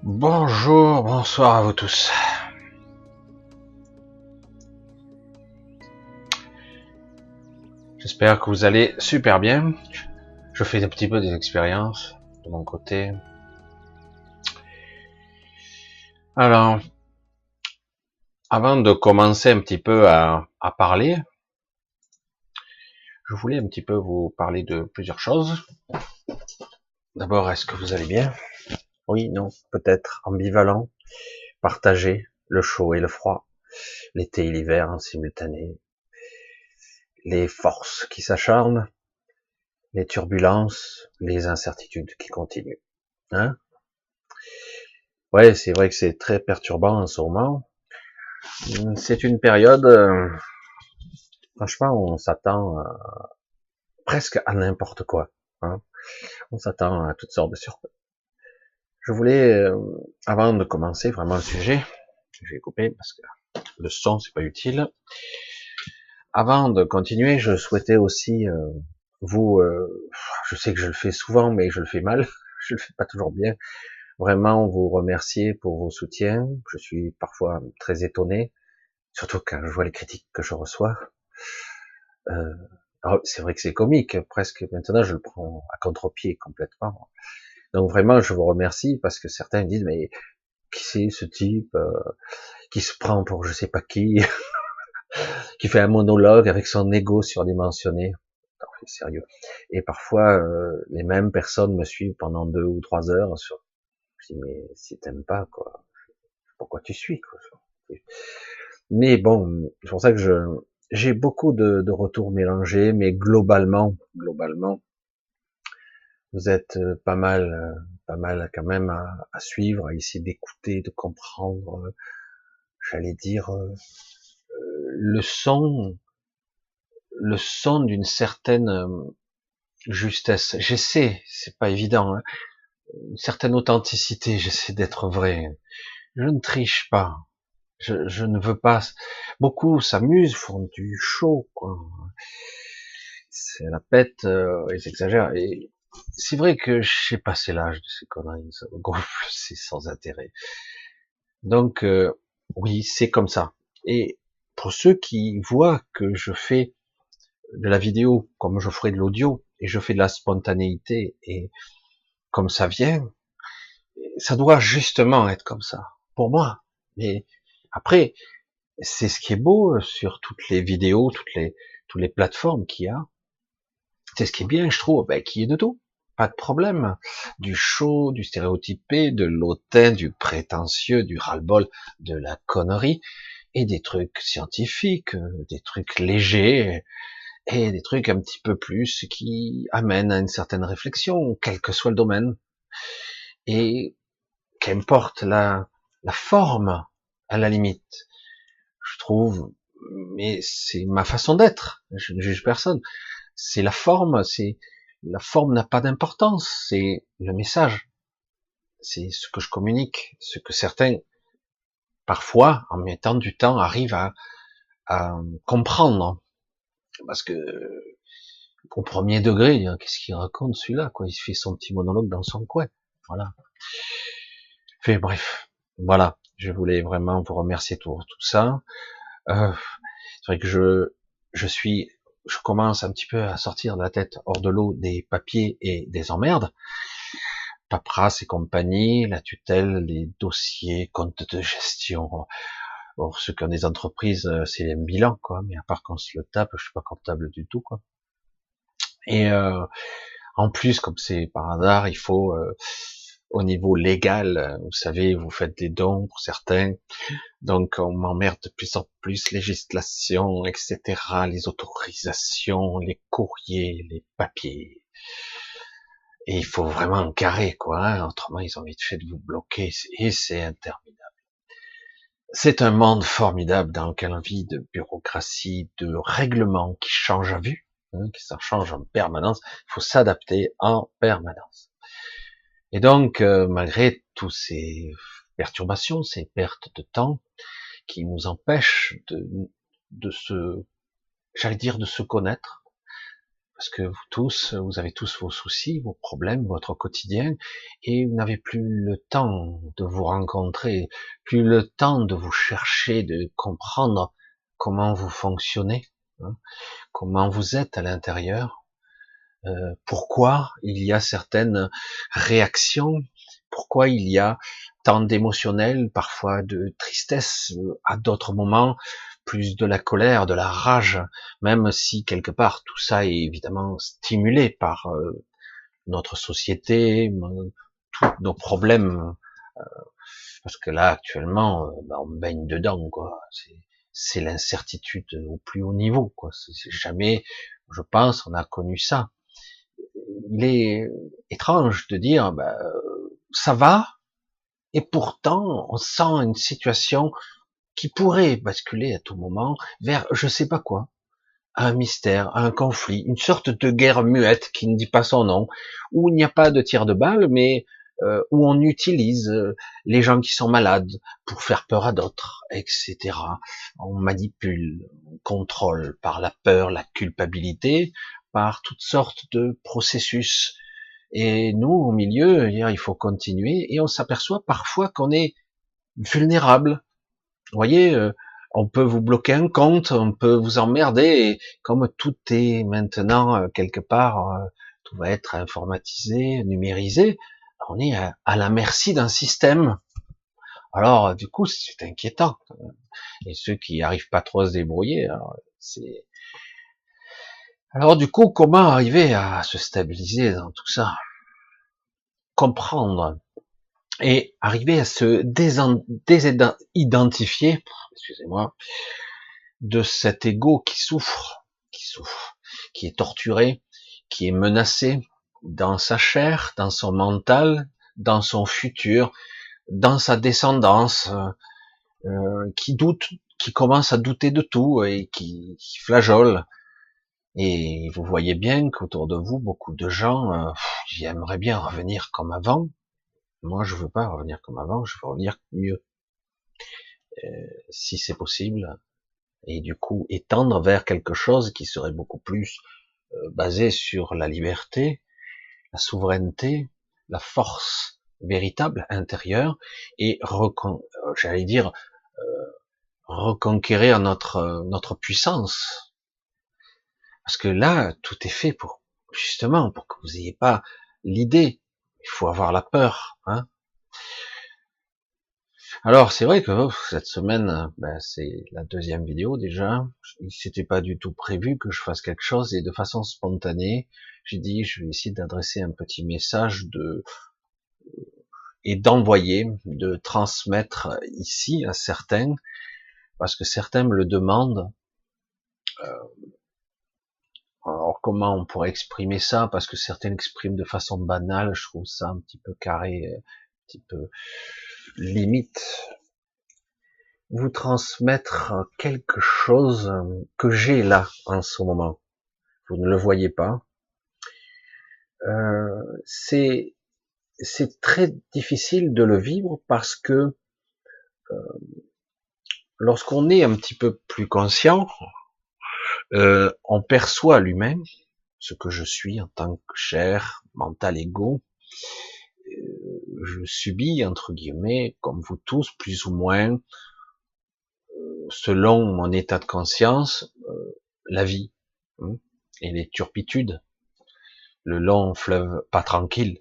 Bonjour, bonsoir à vous tous. J'espère que vous allez super bien. Je fais un petit peu des expériences de mon côté. Alors, avant de commencer un petit peu à parler, je voulais un petit peu vous parler de plusieurs choses. D'abord, est-ce que vous allez bien? Oui, non, peut-être, ambivalent, partagé, le chaud et le froid, l'été et l'hiver en simultané, les forces qui s'acharnent, les turbulences, les incertitudes qui continuent. Hein? Ouais, c'est vrai que c'est très perturbant en ce moment. C'est une période, franchement, on s'attend presque à n'importe quoi. Hein. On s'attend à toutes sortes de surprises. Je voulais, avant de commencer vraiment le sujet, je vais couper parce que le son c'est pas utile. Avant de continuer, je souhaitais aussi vous, je sais que je le fais souvent, mais je le fais mal, je le fais pas toujours bien. Vraiment vous remercier pour vos soutiens. Je suis parfois très étonné, surtout quand je vois les critiques que je reçois. Euh, alors, c'est vrai que c'est comique, presque maintenant je le prends à contre-pied complètement. Donc vraiment je vous remercie parce que certains me disent mais qui c'est ce type qui se prend pour je sais pas qui, qui fait un monologue avec son ego surdimensionné. Attends, c'est sérieux. Et parfois les mêmes personnes me suivent pendant 2 ou 3 heures. Je dis mais si t'aimes pas quoi, pourquoi tu suis quoi. Mais bon, c'est pour ça que j'ai beaucoup de retours mélangés, mais globalement, vous êtes pas mal quand même à suivre, à essayer d'écouter, de comprendre, j'allais dire, le son, le son d'une certaine justesse. J'essaie, c'est pas évident, hein, une certaine authenticité, j'essaie d'être vrai. Je ne triche pas. Je ne veux pas. Beaucoup s'amusent, font du show, quoi. C'est la pète, ils exagèrent. Et c'est vrai que j'ai passé l'âge de ces conneries, ça me gonfle, c'est sans intérêt. Donc, oui, c'est comme ça. Et pour ceux qui voient que je fais de la vidéo comme je ferai de l'audio, et je fais de la spontanéité, et comme ça vient, ça doit justement être comme ça, pour moi. Mais après, c'est ce qui est beau sur toutes les vidéos, toutes les plateformes qu'il y a. C'est ce qui est bien, je trouve, ben, qu'il y ait de tout. Pas de problème. Du chaud, du stéréotypé, de l'hautain, du prétentieux, du ras-le-bol, de la connerie, et des trucs scientifiques, des trucs légers, et des trucs un petit peu plus qui amènent à une certaine réflexion, quel que soit le domaine. Et qu'importe la forme, à la limite, je trouve, mais c'est ma façon d'être. Je ne juge personne. C'est la forme n'a pas d'importance, c'est le message, c'est ce que je communique, ce que certains, parfois, en mettant du temps, arrivent à comprendre, parce que au premier degré, qu'est-ce qu'il raconte celui-là, quoi, il fait son petit monologue dans son coin, voilà. Fait bref, voilà, je voulais vraiment vous remercier pour tout ça. C'est vrai que je commence un petit peu à sortir de la tête hors de l'eau des papiers et des emmerdes, paperasse et compagnie, la tutelle, les dossiers, comptes de gestion. Pour ceux qui ont des entreprises, c'est un bilan, quoi. Mais à part qu'on se le tape, je suis pas comptable du tout, quoi. Et en plus, comme c'est par hasard, il faut au niveau légal, vous savez, vous faites des dons pour certains, donc on m'emmerde de plus en plus, législation, etc., les autorisations, les courriers, les papiers. Et il faut vraiment un carré, quoi. Hein, autrement, ils ont vite fait de vous bloquer, et c'est interminable. C'est un monde formidable dans lequel on vit de bureaucratie, de règlements qui changent à vue, hein, qui s'en changent en permanence. Il faut s'adapter en permanence. Et donc, malgré tous ces perturbations, ces pertes de temps qui nous empêchent de se, j'allais dire, de se connaître, parce que vous tous, vous avez tous vos soucis, vos problèmes, votre quotidien, et vous n'avez plus le temps de vous rencontrer, plus le temps de vous chercher, de comprendre comment vous fonctionnez, hein, comment vous êtes à l'intérieur, pourquoi il y a certaines réactions, pourquoi il y a tant d'émotionnel, parfois de tristesse, à d'autres moments plus de la colère, de la rage, même si quelque part tout ça est évidemment stimulé par notre société, tous nos problèmes, parce que là actuellement, on baigne dedans, quoi. C'est l'incertitude au plus haut niveau, quoi. C'est jamais, je pense, on a connu ça. Il est étrange de dire, ça va, et pourtant on sent une situation qui pourrait basculer à tout moment vers je sais pas quoi, un mystère, un conflit, une sorte de guerre muette qui ne dit pas son nom, où il n'y a pas de tir de balle, mais où on utilise les gens qui sont malades pour faire peur à d'autres, etc. On manipule, on contrôle par la peur, la culpabilité, par toutes sortes de processus. Et nous, au milieu, il faut continuer, et on s'aperçoit parfois qu'on est vulnérable. Vous voyez, on peut vous bloquer un compte, on peut vous emmerder, et comme tout est maintenant quelque part, tout va être informatisé, numérisé, on est à la merci d'un système. Alors, du coup, c'est inquiétant. Et ceux qui arrivent pas trop à se débrouiller, alors du coup, comment arriver à se stabiliser dans tout ça? Comprendre et arriver à se désidentifier, excusez-moi, de cet ego qui souffre, qui est torturé, qui est menacé dans sa chair, dans son mental, dans son futur, dans sa descendance, qui doute, qui commence à douter de tout et qui flageole. Et vous voyez bien qu'autour de vous, beaucoup de gens, j'aimerais bien revenir comme avant. Moi, je veux pas revenir comme avant, je veux revenir mieux, si c'est possible. Et du coup, étendre vers quelque chose qui serait beaucoup plus basé sur la liberté, la souveraineté, la force véritable intérieure, et j'allais dire reconquérir notre puissance. Parce que là, tout est fait pour justement pour que vous n'ayez pas l'idée. Il faut avoir la peur, hein. Alors c'est vrai que cette semaine, c'est la deuxième vidéo déjà. C'était pas du tout prévu que je fasse quelque chose, et de façon spontanée, j'ai dit je vais essayer d'adresser un petit message et d'envoyer, de transmettre ici à certains, parce que certains me le demandent. Alors comment on pourrait exprimer ça? Parce que certains l'expriment de façon banale, je trouve ça un petit peu carré, un petit peu limite. Vous transmettre quelque chose que j'ai là en ce moment. Vous ne le voyez pas. C'est très difficile de le vivre parce que lorsqu'on est un petit peu plus conscient, on perçoit l'humain, ce que je suis en tant que chair, mental, ego. Je subis, entre guillemets, comme vous tous, plus ou moins, selon mon état de conscience, la vie, hein, et les turpitudes, le long fleuve pas tranquille.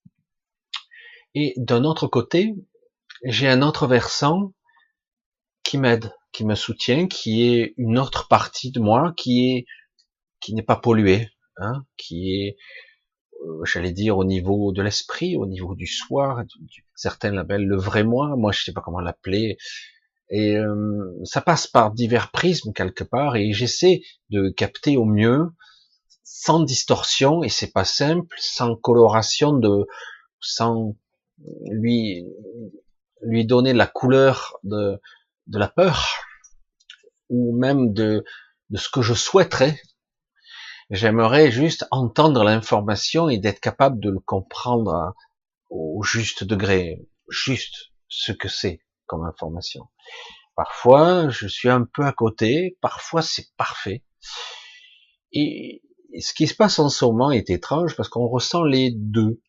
Et d'un autre côté, j'ai un autre versant qui m'aide, qui me soutient, qui est une autre partie de moi qui n'est pas polluée, hein, qui est, j'allais dire, au niveau de l'esprit, au niveau du soi, certains l'appellent le vrai moi je sais pas comment l'appeler, et ça passe par divers prismes quelque part, et j'essaie de capter au mieux, sans distorsion, et c'est pas simple, sans coloration sans lui donner la couleur de la peur, ou même de ce que je souhaiterais. J'aimerais juste entendre l'information et d'être capable de le comprendre au juste degré, juste ce que c'est comme information. Parfois, je suis un peu à côté, parfois c'est parfait. Et ce qui se passe en ce moment est étrange parce qu'on ressent les deux.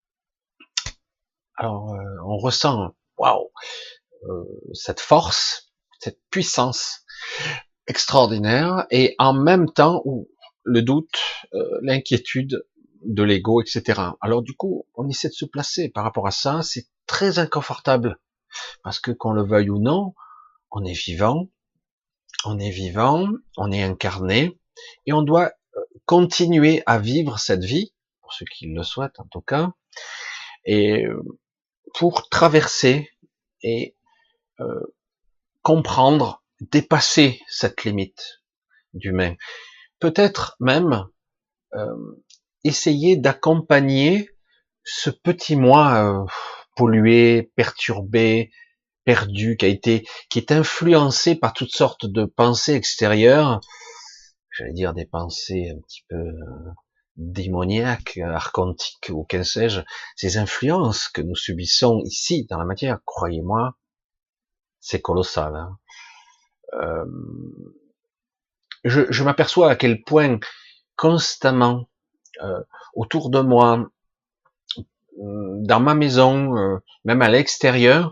Alors, on ressent, waouh, cette force, cette puissance extraordinaire, et en même temps, le doute, l'inquiétude de l'ego, etc. Alors du coup, on essaie de se placer par rapport à ça. C'est très inconfortable parce que qu'on le veuille ou non, on est vivant, on est vivant, on est incarné, et on doit continuer à vivre cette vie, pour ceux qui le souhaitent en tout cas, et pour traverser et comprendre, dépasser cette limite d'humain. Peut-être même essayer d'accompagner ce petit moi pollué, perturbé, perdu, qui est influencé par toutes sortes de pensées extérieures, j'allais dire des pensées un petit peu démoniaques, archontiques ou qu'en sais-je, ces influences que nous subissons ici dans la matière, croyez-moi, c'est colossal. Hein. Je m'aperçois à quel point constamment autour de moi, dans ma maison, même à l'extérieur,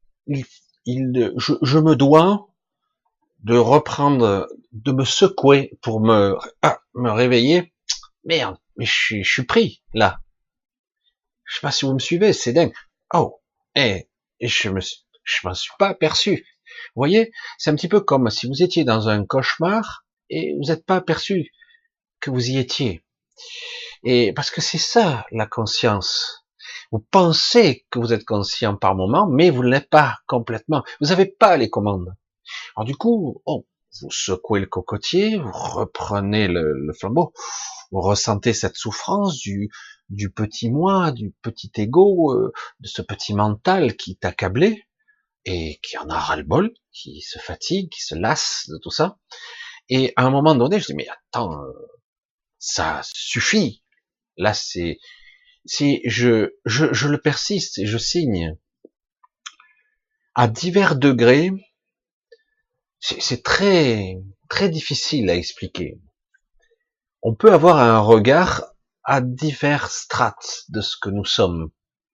je me dois de reprendre, de me secouer pour me réveiller. Merde, mais je suis pris là. Je sais pas si vous me suivez, c'est dingue. Oh, et je m'en suis pas aperçu. Vous voyez, c'est un petit peu comme si vous étiez dans un cauchemar et vous n'êtes pas aperçu que vous y étiez. Et parce que c'est ça la conscience. Vous pensez que vous êtes conscient par moment, mais vous ne l'êtes pas complètement. Vous n'avez pas les commandes. Alors du coup, vous secouez le cocotier, vous reprenez le flambeau, vous ressentez cette souffrance du petit moi, du petit ego, de ce petit mental qui est accablé et qui en a ras-le-bol, qui se fatigue, qui se lasse de tout ça. Et à un moment donné, je dis mais attends, ça suffit. Là, je le persiste et je signe à divers degrés. C'est très très difficile à expliquer. On peut avoir un regard à divers strates de ce que nous sommes.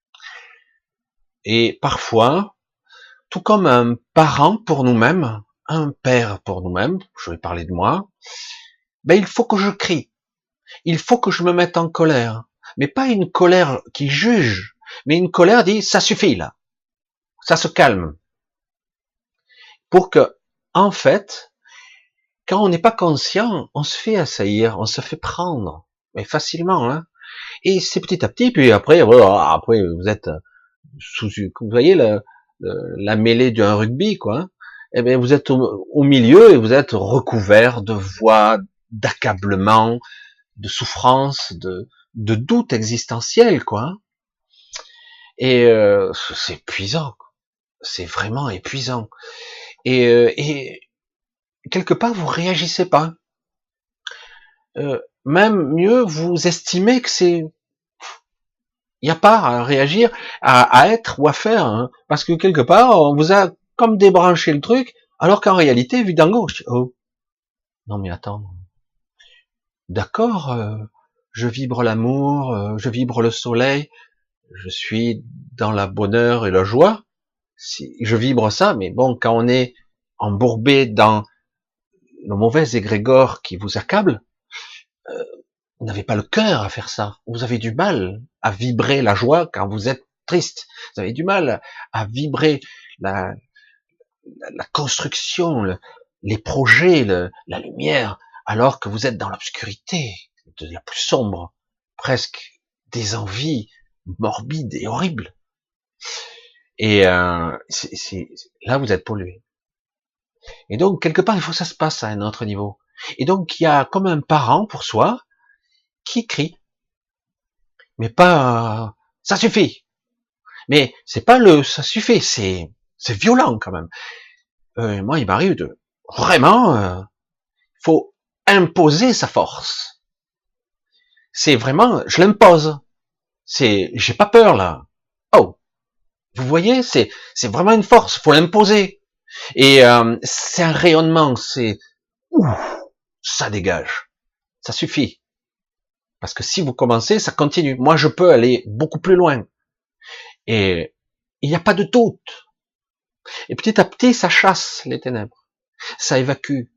Et parfois, tout comme un parent pour nous-mêmes, un père pour nous-mêmes, je vais parler de moi, ben il faut que je crie. Il faut que je me mette en colère. Mais pas une colère qui juge, mais une colère dit, ça suffit là. Ça se calme. Pour que, en fait, quand on n'est pas conscient, on se fait assaillir, on se fait prendre. Mais facilement, hein. Et c'est petit à petit, puis après, voilà, après vous êtes vous voyez la mêlée d'un rugby, quoi. Hein. Eh bien, vous êtes au milieu et vous êtes recouvert de voix, d'accablement, de souffrance, de doute existentiel, quoi. Et c'est épuisant, c'est vraiment épuisant. Et quelque part, vous réagissez pas. Même mieux, vous estimez que il n'y a pas à réagir, à être ou à faire, hein, parce que quelque part, on vous a comme débranché le truc, alors qu'en réalité, vu d'en gauche, oh, non mais attends, d'accord, je vibre l'amour, je vibre le soleil, je suis dans la bonheur et la joie, je vibre ça, mais bon, quand on est embourbé dans le mauvais égrégore qui vous accable, vous n'avez pas le cœur à faire ça. Vous avez du mal à vibrer la joie quand vous êtes triste. Vous avez du mal à vibrer la construction, les projets, la lumière, alors que vous êtes dans l'obscurité de la plus sombre, presque des envies morbides et horribles. Et là, vous êtes pollué. Et donc, quelque part, il faut que ça se passe à un autre niveau. Et donc, il y a comme un parent pour soi qui crie, mais pas ça suffit. Mais c'est pas ça suffit, c'est violent quand même. Moi, il m'arrive de vraiment, faut imposer sa force. C'est vraiment, je l'impose. J'ai pas peur là. Oh, vous voyez, c'est vraiment une force, faut l'imposer. Et c'est un rayonnement, ça dégage, ça suffit. Parce que si vous commencez, ça continue. Moi, je peux aller beaucoup plus loin. Et il n'y a pas de doute. Et petit à petit, ça chasse les ténèbres. Ça évacue.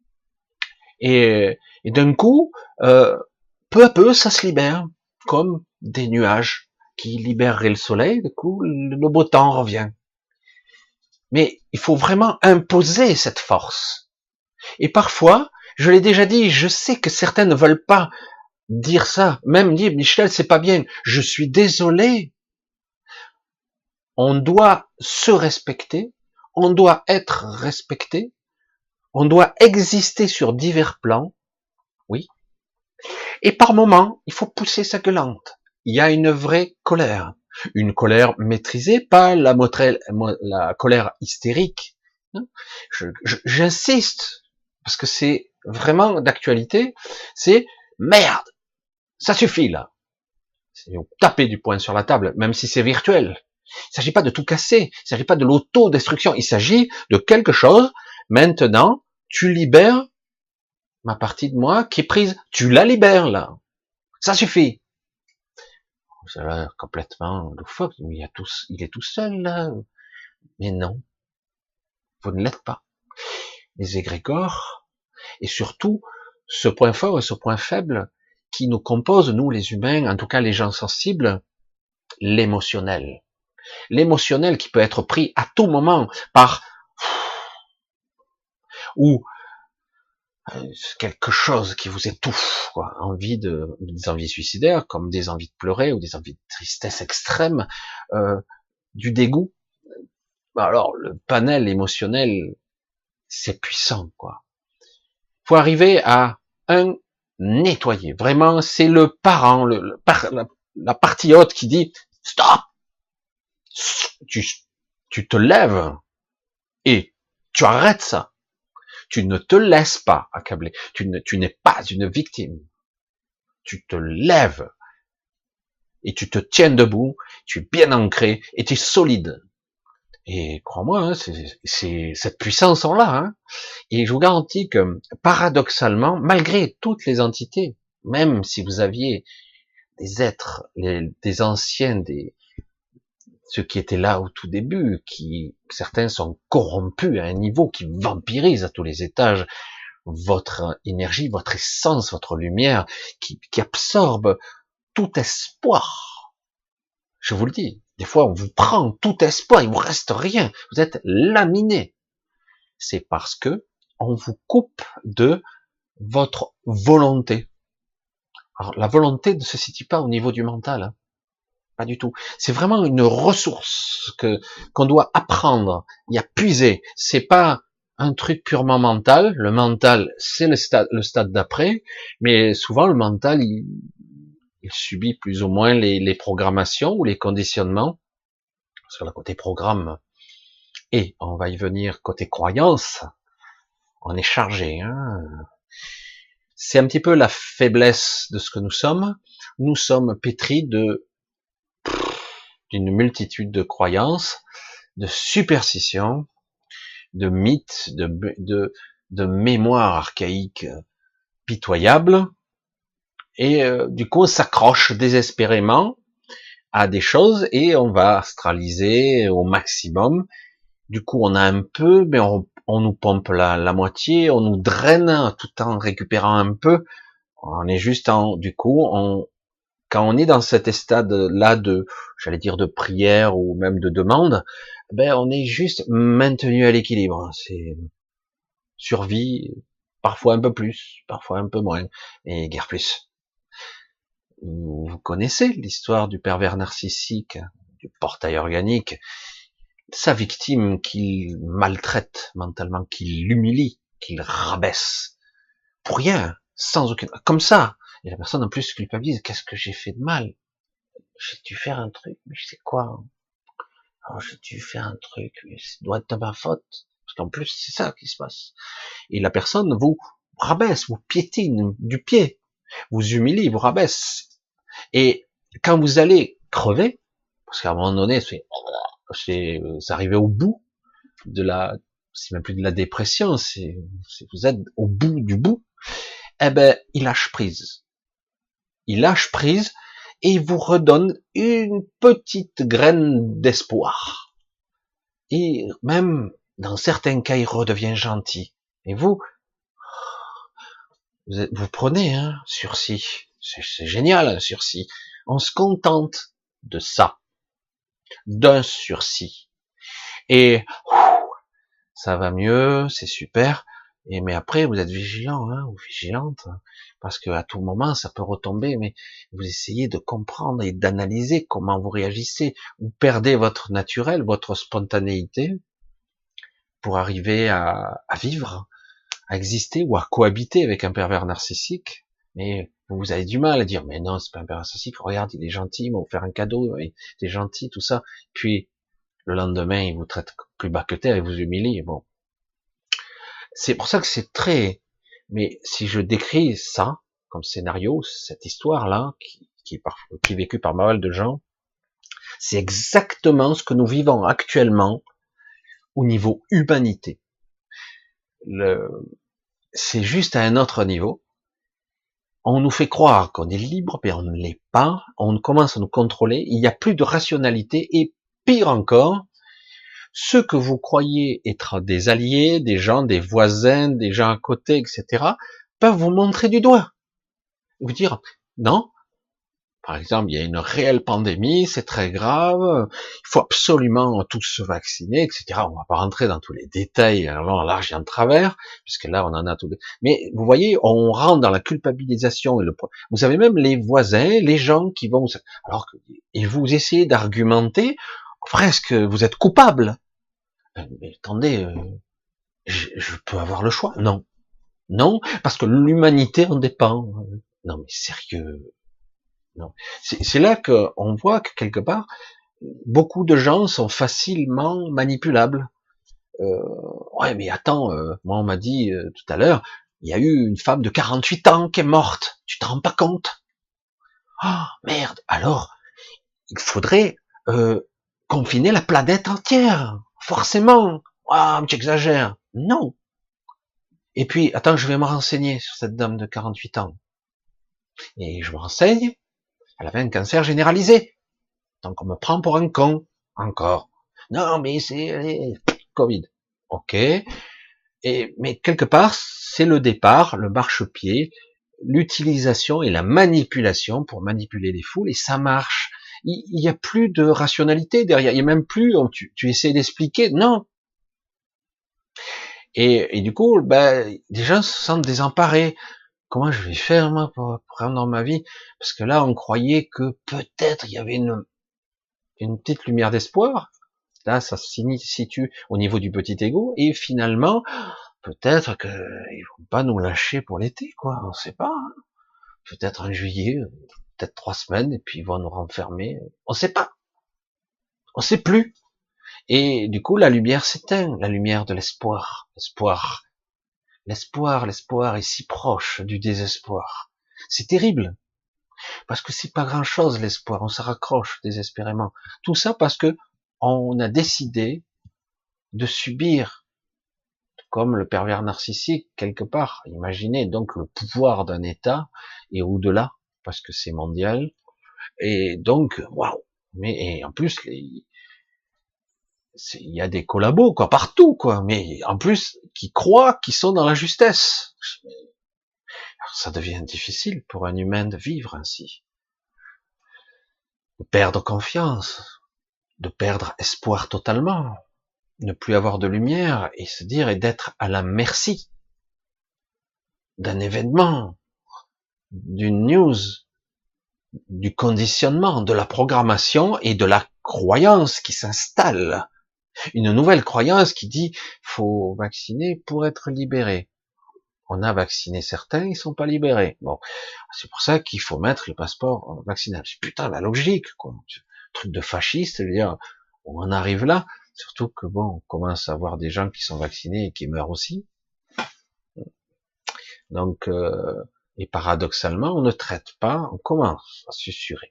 Et d'un coup, peu à peu, ça se libère. Comme des nuages qui libéreraient le soleil. Du coup, le beau temps revient. Mais il faut vraiment imposer cette force. Et parfois, je l'ai déjà dit, je sais que certains ne veulent pas dire ça. Même dire, Michel, c'est pas bien. Je suis désolé. On doit se respecter. On doit être respecté. On doit exister sur divers plans. Oui. Et par moments, il faut pousser sa gueulante. Il y a une vraie colère. Une colère maîtrisée, pas la colère hystérique. J'insiste, parce que c'est vraiment d'actualité, c'est merde, ça suffit là. C'est taper du poing sur la table, même si c'est virtuel. Il ne s'agit pas de tout casser, il ne s'agit pas de l'autodestruction, il s'agit de quelque chose. Maintenant, tu libères ma partie de moi qui est prise, tu la libères là. Ça suffit. Ça a l'air complètement loufoque, il est tout seul là. Mais non, vous ne l'êtes pas. Les égrégores, et surtout, ce point fort et ce point faible qui nous compose, nous les humains, en tout cas les gens sensibles, l'émotionnel. L'émotionnel qui peut être pris à tout moment par ou quelque chose qui vous étouffe, quoi, des envies suicidaires, comme des envies de pleurer ou des envies de tristesse extrême, du dégoût. Alors le panel émotionnel, c'est puissant, quoi. Faut arriver à nettoyer. Vraiment, c'est le parent, la partie haute qui dit stop. Tu te lèves et tu arrêtes ça. Tu ne te laisses pas accabler. Tu n'es pas une victime. Tu te lèves et tu te tiens debout. Tu es bien ancré et tu es solide. Et crois-moi, hein, c'est cette puissance en là. Hein. Et je vous garantis que, paradoxalement, malgré toutes les entités, même si vous aviez des êtres, des anciens, ceux qui étaient là au tout début, certains sont corrompus à un niveau qui vampirise à tous les étages votre énergie, votre essence, votre lumière, qui absorbe tout espoir. Je vous le dis, des fois on vous prend tout espoir, il vous reste rien, vous êtes laminé. C'est parce que on vous coupe de votre volonté. Alors la volonté ne se situe pas au niveau du mental, hein. Pas du tout. C'est vraiment une ressource qu'on doit apprendre et à puiser. C'est pas un truc purement mental. Le mental, c'est le stade d'après, mais souvent le mental, il subit plus ou moins les programmations ou les conditionnements sur le côté programme. Et on va y venir côté croyance. On est chargé. Hein. C'est un petit peu la faiblesse de ce que nous sommes. Nous sommes pétris d'une multitude de croyances, de superstitions, de mythes, de mémoires archaïques pitoyables, et du coup on s'accroche désespérément à des choses et on va astraliser au maximum. Du coup on a un peu, mais on nous pompe la moitié, on nous draine tout en récupérant un peu. On est juste quand on est dans cet stade-là j'allais dire de prière ou même de demande, ben on est juste maintenu à l'équilibre. C'est survie, parfois un peu plus, parfois un peu moins, et guère plus. Vous connaissez l'histoire du pervers narcissique, du portail organique, sa victime qu'il maltraite mentalement, qu'il l'humilie, qu'il rabaisse, pour rien, sans aucune, comme ça. Et la personne en plus culpabilise, qu'est-ce que j'ai fait de mal? J'ai dû faire un truc, mais je sais quoi. Alors, j'ai dû faire un truc, mais ça doit être de ma faute. Parce qu'en plus, c'est ça qui se passe. Et la personne vous rabaisse, vous piétine du pied, vous humilie, vous rabaisse. Et quand vous allez crever, parce qu'à un moment donné, c'est arrivé au bout c'est même plus de la dépression, vous êtes au bout du bout, eh ben, il lâche prise. il lâche prise et il vous redonne une petite graine d'espoir. Et même, dans certains cas, il redevient gentil. Et vous prenez un sursis. C'est génial, un sursis. On se contente de ça, d'un sursis. Et ça va mieux, c'est super. Et mais après, vous êtes vigilant, hein, ou vigilante, parce que à tout moment, ça peut retomber. Mais vous essayez de comprendre et d'analyser comment vous réagissez. Vous perdez votre naturel, votre spontanéité, pour arriver à vivre, à exister ou à cohabiter avec un pervers narcissique. Mais vous avez du mal à dire, mais non, c'est pas un pervers narcissique. Regarde, il est gentil, il m'a offert un cadeau, il est gentil, tout ça. Puis le lendemain, il vous traite plus bas que terre, il vous humilie. Bon, c'est pour ça que c'est très. Mais si je décris ça comme scénario, cette histoire-là, qui est vécue par pas mal de gens, c'est exactement ce que nous vivons actuellement au niveau humanité. C'est juste à un autre niveau. On nous fait croire qu'on est libre, mais on ne l'est pas. On commence à nous contrôler. Il n'y a plus de rationalité. Et pire encore, ceux que vous croyez être des alliés, des gens, des voisins, des gens à côté, etc., peuvent vous montrer du doigt. Vous dire, non, par exemple, il y a une réelle pandémie, c'est très grave, il faut absolument tous se vacciner, etc. On va pas rentrer dans tous les détails, alors large et en travers, puisque là, on en a tout. Mais vous voyez, on rentre dans la culpabilisation. Vous avez même les voisins, les gens qui vont, alors que, et vous essayez d'argumenter, presque, vous êtes coupable. Mais attendez, je peux avoir le choix? Non. Non, parce que l'humanité en dépend. Non, mais sérieux. Non. C'est là qu'on voit que quelque part, beaucoup de gens sont facilement manipulables. Ouais, mais attends, moi on m'a dit tout à l'heure, il y a eu une femme de 48 ans qui est morte. Tu t'en rends pas compte? Ah, merde. Alors, il faudrait confiner la planète entière. Forcément. Ah, mais tu exagères. Non. Et puis, attends, je vais me renseigner sur cette dame de 48 ans. Et je me renseigne. Elle avait un cancer généralisé. Donc on me prend pour un con, encore. Non, mais c'est Covid. Ok. Mais quelque part, c'est le départ, le marchepied, l'utilisation et la manipulation pour manipuler les foules, et ça marche. Il n'y a plus de rationalité derrière. Il n'y a même plus, tu essaies d'expliquer. Non. Et du coup, ben, les gens se sentent désemparés. Comment je vais faire, moi, pour prendre dans ma vie? Parce que là, on croyait que peut-être il y avait une petite lumière d'espoir. Là, ça se situe au niveau du petit ego, et finalement, peut-être qu'ils vont pas nous lâcher pour l'été, quoi. On sait pas. Hein. Peut-être en juillet, peut-être 3 semaines, et puis ils vont nous renfermer. On sait pas. On sait plus. Et du coup, la lumière s'éteint, la lumière de l'espoir. L'espoir est si proche du désespoir. C'est terrible. Parce que c'est pas grand chose, l'espoir. On se raccroche désespérément. Tout ça parce que on a décidé de subir, comme le pervers narcissique, quelque part. Imaginez donc le pouvoir d'un État, et au-delà, parce que c'est mondial. Et donc, waouh. Mais, et en plus, il y a des collabos, quoi, partout, quoi. Mais en plus, qui croient qu'ils sont dans la justesse. Alors, ça devient difficile pour un humain de vivre ainsi. De perdre confiance, de perdre espoir totalement, ne plus avoir de lumière, et se dire, et d'être à la merci d'un événement, d'une news, du conditionnement, de la programmation et de la croyance qui s'installe. Une nouvelle croyance qui dit, faut vacciner pour être libéré. On a vacciné certains, ils sont pas libérés. Bon, c'est pour ça qu'il faut mettre le passeport vaccinal. Putain, la logique, quoi. Truc de fasciste, je veux dire, on en arrive là. Surtout que bon, on commence à voir des gens qui sont vaccinés et qui meurent aussi. Donc, et paradoxalement, on ne traite pas, on commence à susurrer.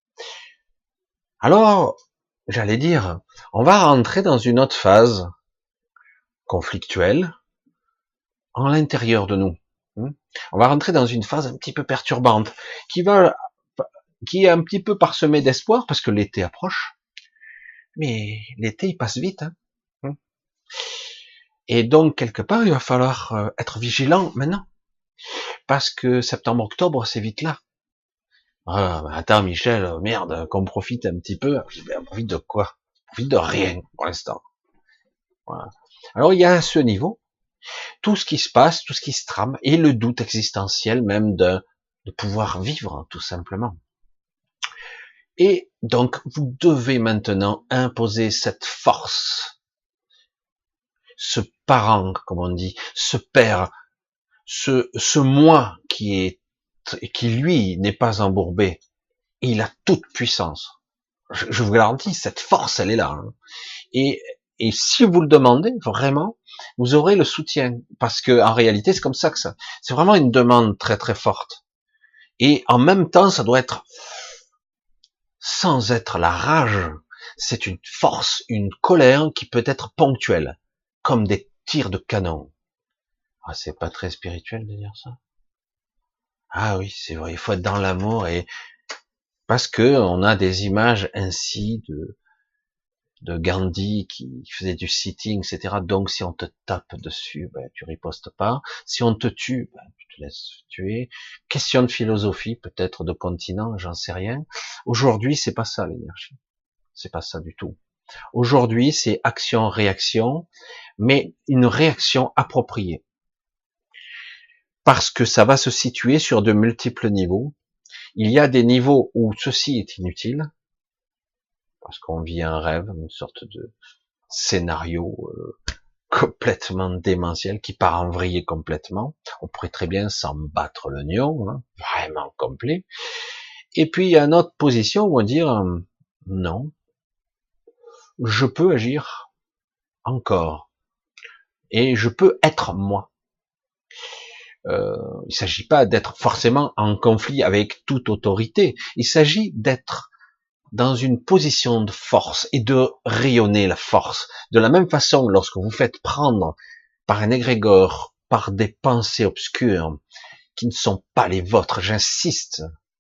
Alors, j'allais dire, on va rentrer dans une autre phase conflictuelle en l'intérieur de nous. On va rentrer dans une phase un petit peu perturbante qui va qui est un petit peu parsemé d'espoir parce que l'été approche. Mais l'été, il passe vite. Hein. Et donc, quelque part, il va falloir être vigilant maintenant. Parce que septembre-octobre, c'est vite là. Ah, bah attends, Michel, merde, qu'on profite un petit peu. Ben, on profite de quoi? On profite de rien, pour l'instant. Voilà. Alors, il y a à ce niveau, tout ce qui se passe, tout ce qui se trame, et le doute existentiel même de pouvoir vivre, tout simplement. Et donc, vous devez maintenant imposer cette force, ce parent, comme on dit, ce père, ce moi qui lui n'est pas embourbé. Il a toute puissance. Je vous garantis, cette force, elle est là. Hein. Et si vous le demandez vraiment, vous aurez le soutien, parce que en réalité, c'est comme ça que ça. C'est vraiment une demande très très forte. Et en même temps, ça doit être sans être la rage. C'est une force, une colère qui peut être ponctuelle, comme des tirs de canon. Ah, c'est pas très spirituel de dire ça. Ah oui, c'est vrai. Il faut être dans l'amour et parce que on a des images ainsi de Gandhi qui faisait du sitting, etc. Donc si on te tape dessus, ben, tu ripostes pas. Si on te tue, ben, tu te laisses tuer. Question de philosophie, peut-être de continent, j'en sais rien. Aujourd'hui, c'est pas ça l'énergie. C'est pas ça du tout. Aujourd'hui, c'est action-réaction, mais une réaction appropriée. Parce que ça va se situer sur de multiples niveaux. Il y a des niveaux où ceci est inutile, parce qu'on vit un rêve, une sorte de scénario complètement démentiel qui part en vrille complètement. On pourrait très bien s'en battre le nion, hein, vraiment complet. Et puis il y a une autre position où on dit non, je peux agir encore et je peux être moi. Il s'agit pas d'être forcément en conflit avec toute autorité. Il s'agit d'être dans une position de force et de rayonner la force. De la même façon, lorsque vous faites prendre par un égrégore, par des pensées obscures qui ne sont pas les vôtres, j'insiste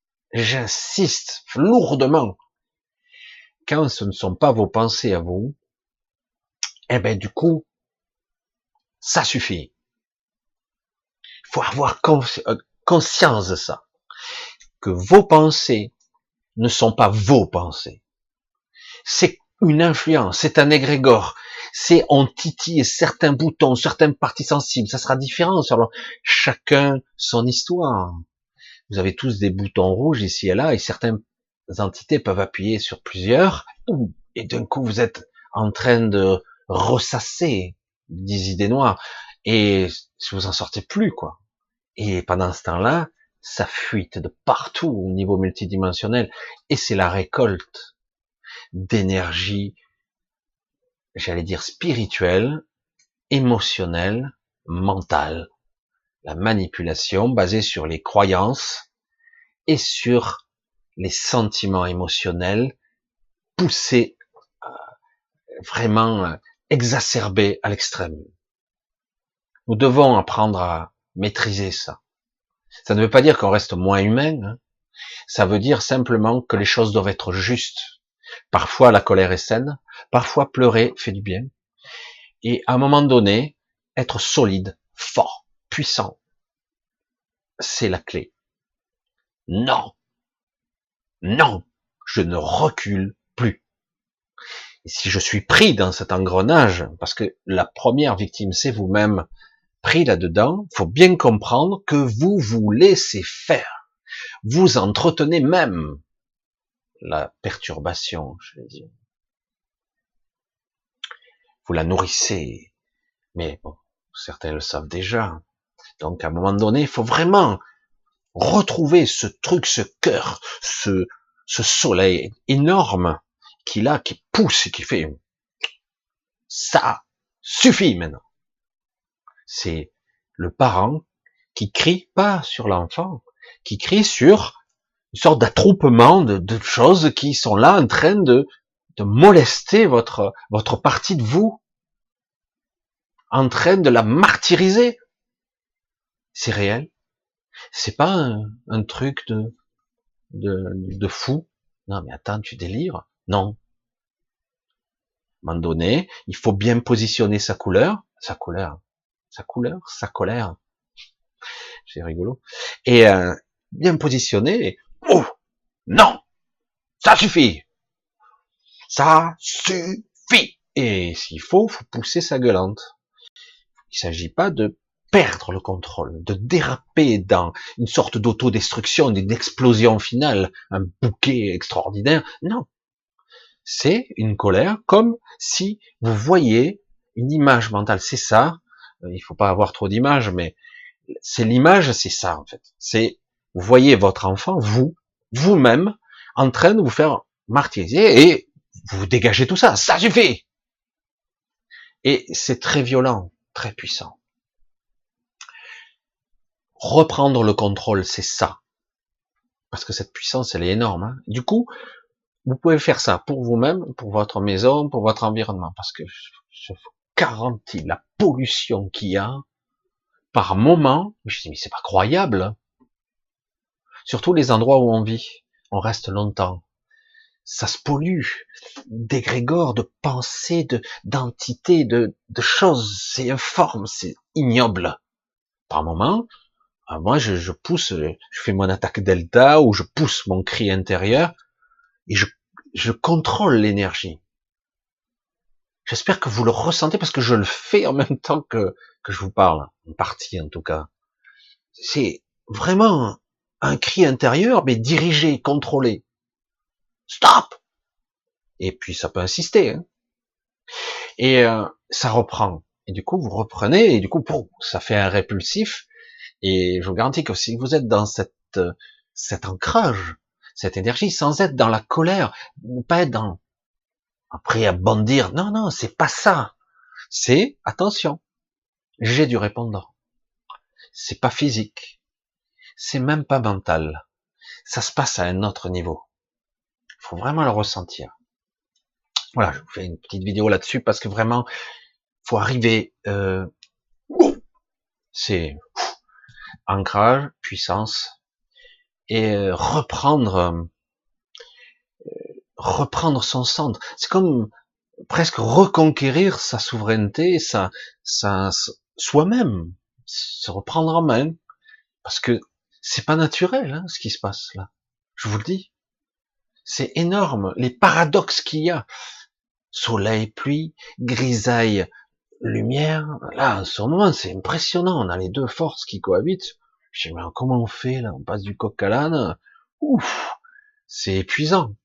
lourdement, quand ce ne sont pas vos pensées à vous, eh ben du coup, ça suffit. Il faut avoir conscience de ça, que vos pensées ne sont pas vos pensées. C'est une influence, c'est un égrégore, c'est on titille certains boutons, certaines parties sensibles, ça sera différent selon chacun son histoire. Vous avez tous des boutons rouges ici et là, et certaines entités peuvent appuyer sur plusieurs, et d'un coup vous êtes en train de ressasser des idées noires, et vous en sortez plus, quoi. Et pendant ce temps-là, ça fuite de partout au niveau multidimensionnel, et c'est la récolte d'énergie, j'allais dire spirituelle, émotionnelle, mentale. La manipulation basée sur les croyances et sur les sentiments émotionnels poussés, vraiment exacerbés à l'extrême. Nous devons apprendre à maîtriser ça. Ça ne veut pas dire qu'on reste moins humain, hein. Ça veut dire simplement que les choses doivent être justes. Parfois la colère est saine, parfois pleurer fait du bien. Et à un moment donné, être solide, fort, puissant, c'est la clé. Non, non, je ne recule plus. Et si je suis pris dans cet engrenage, parce que la première victime, c'est vous-même, pris là-dedans, faut bien comprendre que vous vous laissez faire. Vous entretenez même la perturbation, je vais dire. Vous la nourrissez. Mais bon, certains le savent déjà. Donc à un moment donné, il faut vraiment retrouver ce truc, ce cœur, ce soleil énorme qu'il a, qui pousse et qui fait ça suffit maintenant. C'est le parent qui crie pas sur l'enfant, qui crie sur une sorte d'attroupement de choses qui sont là en train de molester votre partie de vous, en train de la martyriser. C'est réel. C'est pas un truc de de fou. Non, mais attends, tu délires? Non. À un moment donné, il faut bien positionner sa colère, c'est rigolo, et bien positionner, et, oh, non, ça suffit, ça suffit, et s'il faut pousser sa gueulante. Il s'agit pas de perdre le contrôle, de déraper dans une sorte d'autodestruction, d'une explosion finale, un bouquet extraordinaire. Non, c'est une colère comme si vous voyez une image mentale. C'est ça. Il faut pas avoir trop d'images, mais c'est l'image, c'est ça en fait. C'est vous voyez votre enfant, vous-même, en train de vous faire martyriser et vous dégagez tout ça. Ça suffit. Et c'est très violent, très puissant. Reprendre le contrôle, c'est ça. Parce que cette puissance, elle est énorme. Hein. Du coup, vous pouvez faire ça pour vous-même, pour votre maison, pour votre environnement. Parce que je vous garantis la pollution qu'il y a par moment. Je dis, mais c'est pas croyable. Surtout les endroits où on vit. On reste longtemps. Ça se pollue. D'égrégores, de pensées, d'entités, de choses. C'est informe, c'est ignoble. Par moment, moi, je pousse, je fais mon attaque delta ou je pousse mon cri intérieur et je contrôle l'énergie. J'espère que vous le ressentez parce que je le fais en même temps que je vous parle, en partie en tout cas. C'est vraiment un cri intérieur, mais dirigé, contrôlé. Stop! Et puis ça peut insister, hein. Et ça reprend. Et du coup, vous reprenez, et du coup, ça fait un répulsif. Et je vous garantis que si vous êtes dans cet ancrage, cette énergie, sans être dans la colère, ne pas être dans après à bondir, non, non, c'est pas ça. C'est attention, j'ai du répondant. C'est pas physique, c'est même pas mental. Ça se passe à un autre niveau. Il faut vraiment le ressentir. Voilà, je vous fais une petite vidéo là-dessus parce que vraiment, faut arriver. C'est ancrage, puissance et reprendre son centre. C'est comme presque reconquérir sa souveraineté, sa soi-même, se reprendre en main, parce que c'est pas naturel hein, ce qui se passe là. Je vous le dis, c'est énorme les paradoxes qu'il y a. Soleil, pluie, grisaille, lumière. Là, en ce moment, c'est impressionnant. On a les deux forces qui cohabitent. Je dis, mais comment on fait là? On passe du coq à l'âne. Ouf, c'est épuisant.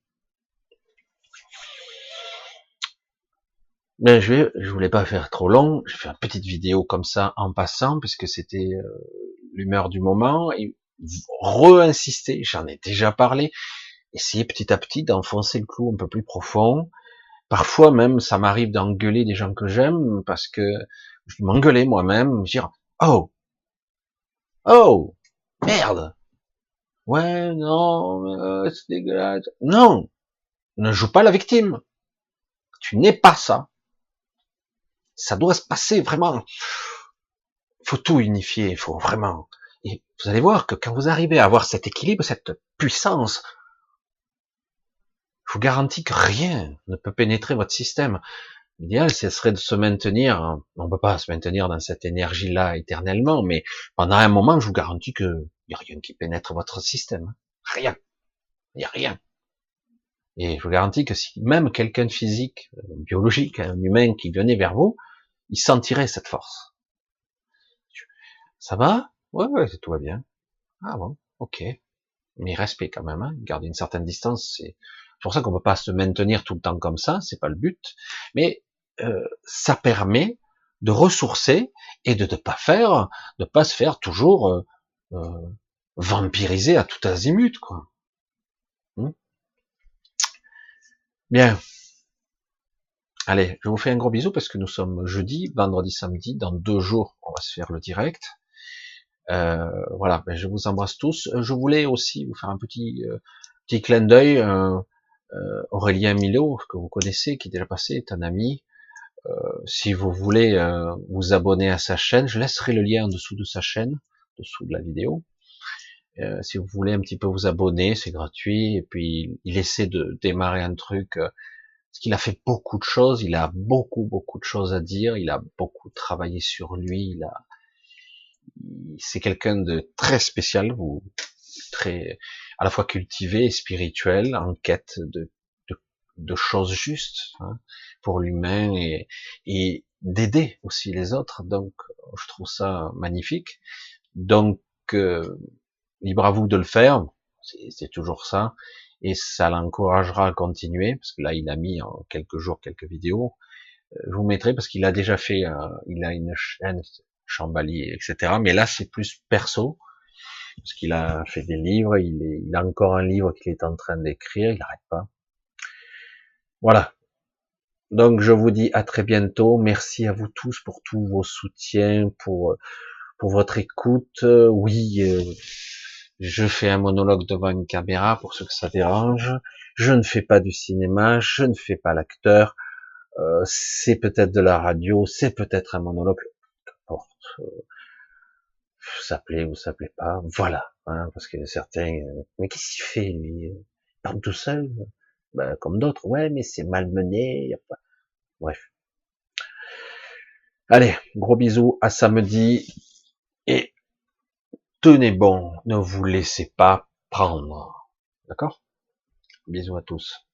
Mais je voulais pas faire trop long. Je fais une petite vidéo comme ça en passant, puisque c'était l'humeur du moment. Et re-insister, j'en ai déjà parlé. Essayer petit à petit d'enfoncer le clou un peu plus profond. Parfois même, ça m'arrive d'engueuler des gens que j'aime, parce que je m'engueuler moi-même, dire oh, oh, merde, ouais, non, c'est dégueulasse. Non, ne joue pas la victime. Tu n'es pas ça. Ça doit se passer vraiment. Il faut tout unifier, il faut vraiment. Et vous allez voir que quand vous arrivez à avoir cet équilibre, cette puissance, je vous garantis que rien ne peut pénétrer votre système. L'idéal, ce serait de se maintenir. On ne peut pas se maintenir dans cette énergie-là éternellement, mais pendant un moment, je vous garantis que il n'y a rien qui pénètre votre système. Rien. Il n'y a rien. Et je vous garantis que si même quelqu'un de physique, biologique, un humain qui venait vers vous, il sentirait cette force. Ça va? Ouais, ouais, tout va bien. Ah bon, ok. Mais respect quand même, hein. Garder une certaine distance, c'est pour ça qu'on peut pas se maintenir tout le temps comme ça, c'est pas le but. Mais ça permet de ressourcer et de ne pas se faire toujours vampiriser à tout azimut, quoi. Bien. Allez, je vous fais un gros bisou parce que nous sommes jeudi, vendredi, samedi. Dans 2 jours, on va se faire le direct. Voilà, ben je vous embrasse tous. Je voulais aussi vous faire un petit clin d'œil. Aurélien Milo, que vous connaissez, qui est déjà passé, est un ami. Si vous voulez vous abonner à sa chaîne, je laisserai le lien en dessous de sa chaîne, en dessous de la vidéo. Si vous voulez un petit peu vous abonner, c'est gratuit. Et puis il essaie de démarrer un truc, parce qu'il a fait beaucoup de choses, il a beaucoup de choses à dire, il a beaucoup travaillé sur lui, c'est quelqu'un de très spécial, ou très, à la fois cultivé et spirituel, en quête de choses justes, hein, pour l'humain, et d'aider aussi les autres. Donc, je trouve ça magnifique. Donc, libre à vous de le faire, c'est toujours ça, et ça l'encouragera à continuer, parce que là, il a mis en quelques jours quelques vidéos. Je vous mettrai, parce qu'il a déjà fait, il a une chaîne Chambali, etc. Mais là, c'est plus perso, parce qu'il a fait des livres, il a encore un livre qu'il est en train d'écrire, il n'arrête pas. Voilà. Donc, je vous dis à très bientôt. Merci à vous tous pour tous vos soutiens, pour votre écoute. Oui, je fais un monologue devant une caméra pour ceux que ça dérange. Je ne fais pas du cinéma, je ne fais pas l'acteur. C'est peut-être de la radio, c'est peut-être un monologue, qu'importe. Ça plaît ou ça plaît pas. Voilà, hein, parce que certains, mais qu'est-ce qu'il fait lui? Il parle tout seul, ben, comme d'autres. Ouais, mais c'est malmené. Y a pas... Bref. Allez, gros bisous, à samedi, et tenez bon, ne vous laissez pas prendre. D'accord? Bisous à tous.